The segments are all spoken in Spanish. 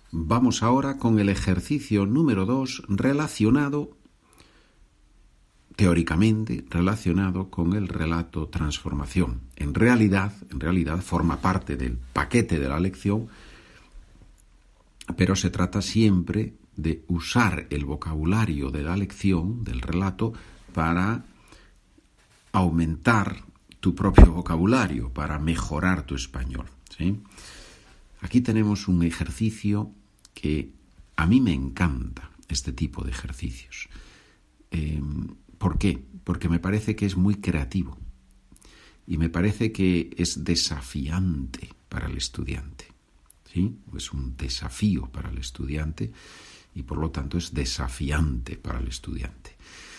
Vamos ahora con el ejercicio número 2 teóricamente relacionado con el relato transformación. En realidad forma parte del paquete de la lección, pero se trata siempre de usar el vocabulario de la lección, del relato, para aumentar tu propio vocabulario, para mejorar tu español, ¿sí? Aquí tenemos un ejercicio que a mí me encanta, este tipo de ejercicios. ¿Por qué? Porque me parece que es muy creativo y me parece que es desafiante para el estudiante, ¿sí? Es un desafío para el estudiante y por lo tanto es desafiante para el estudiante.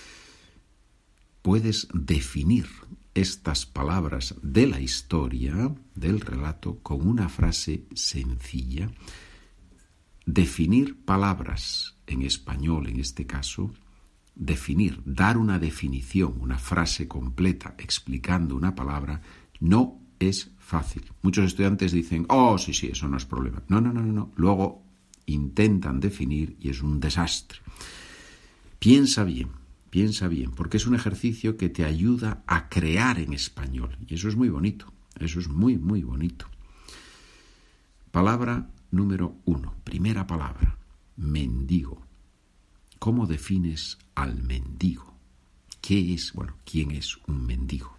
Puedes definir estas palabras de la historia, del relato, con una frase sencilla. Definir palabras en español, en este caso, dar una definición, una frase completa explicando una palabra, no es fácil. Muchos estudiantes dicen, sí, eso no es problema. No. Luego intentan definir y es un desastre. Piensa bien, porque es un ejercicio que te ayuda a crear en español. Y eso es muy bonito, eso es muy, muy bonito. Palabra número 1, primera palabra, mendigo. ¿Cómo defines al mendigo? ¿Quién es un mendigo?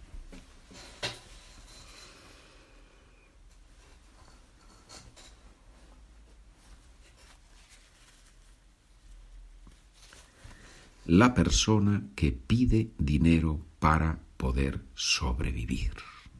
La persona que pide dinero para poder sobrevivir.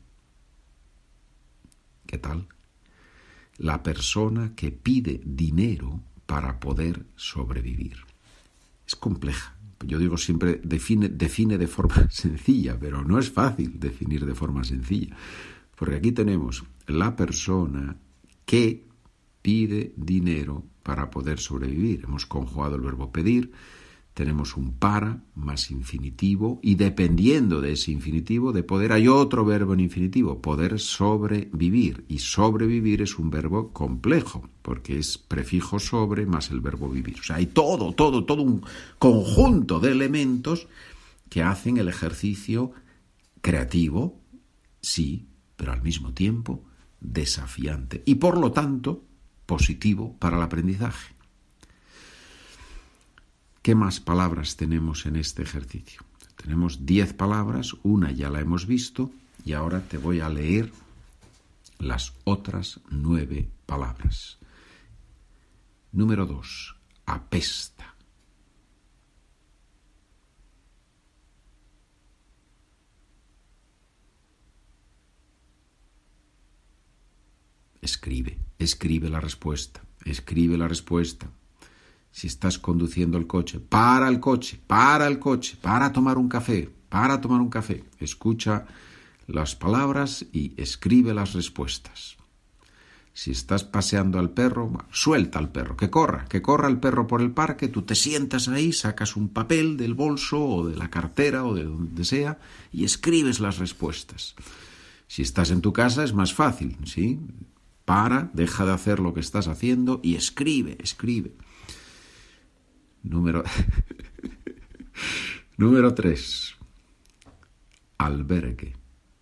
¿Qué tal? La persona que pide dinero para poder sobrevivir. Es compleja. Yo digo siempre, define de forma sencilla, pero no es fácil definir de forma sencilla. Porque aquí tenemos la persona que pide dinero para poder sobrevivir. Hemos conjugado el verbo pedir, tenemos un para más infinitivo y dependiendo de ese infinitivo de poder hay otro verbo en infinitivo, poder sobrevivir. Y sobrevivir es un verbo complejo porque es prefijo sobre más el verbo vivir. O sea, hay todo un conjunto de elementos que hacen el ejercicio creativo, sí, pero al mismo tiempo desafiante y por lo tanto positivo para el aprendizaje. ¿Qué más palabras tenemos en este ejercicio? Tenemos 10 palabras, una ya la hemos visto y ahora te voy a leer las otras 9 palabras. Número 2, apesta. Escribe la respuesta. Si estás conduciendo el coche, para tomar un café. Escucha las palabras y escribe las respuestas. Si estás paseando al perro, suelta al perro, que corra el perro por el parque, tú te sientas ahí, sacas un papel del bolso o de la cartera o de donde sea y escribes las respuestas. Si estás en tu casa es más fácil, ¿sí? Deja de hacer lo que estás haciendo y escribe. Número 3. Albergue.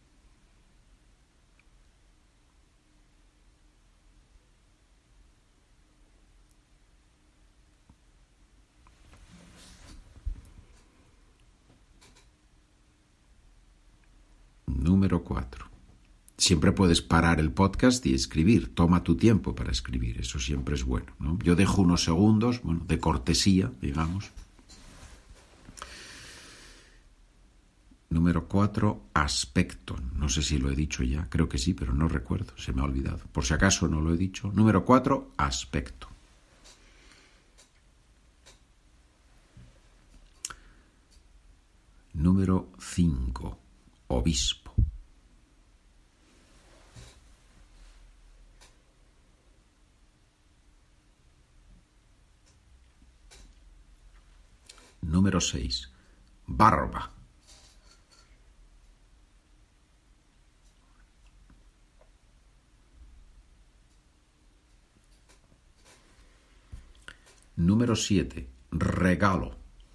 Número 4. Siempre puedes parar el podcast y escribir. Toma tu tiempo para escribir. Eso siempre es bueno, ¿no? Yo dejo unos segundos, de cortesía, digamos. Número 4, aspecto. No sé si lo he dicho ya, creo que sí, pero no recuerdo, se me ha olvidado. Por si acaso no lo he dicho. Número 4, aspecto. Número 5, obispo. Número 6, barba. Número 7, regalo.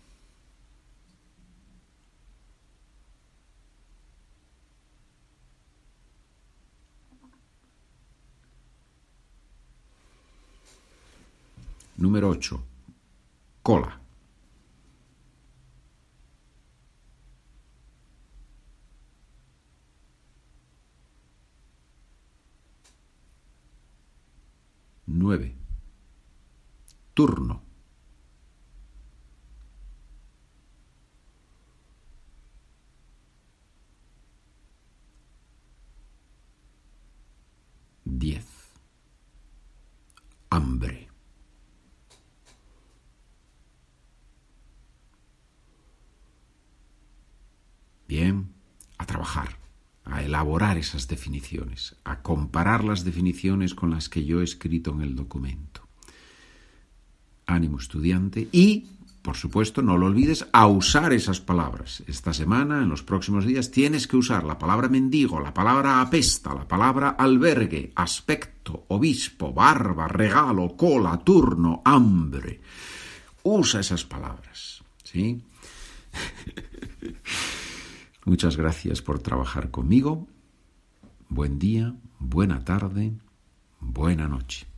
Número 8, cola. Nueve, turno. 10, hambre. Bien, a trabajar, a elaborar esas definiciones, a comparar las definiciones con las que yo he escrito en el documento. Ánimo, estudiante, y, por supuesto, no lo olvides, a usar esas palabras. Esta semana, en los próximos días, tienes que usar la palabra mendigo, la palabra apesta, la palabra albergue, aspecto, obispo, barba, regalo, cola, turno, hambre. Usa esas palabras, ¿sí? Muchas gracias por trabajar conmigo. Buen día, buena tarde, buena noche.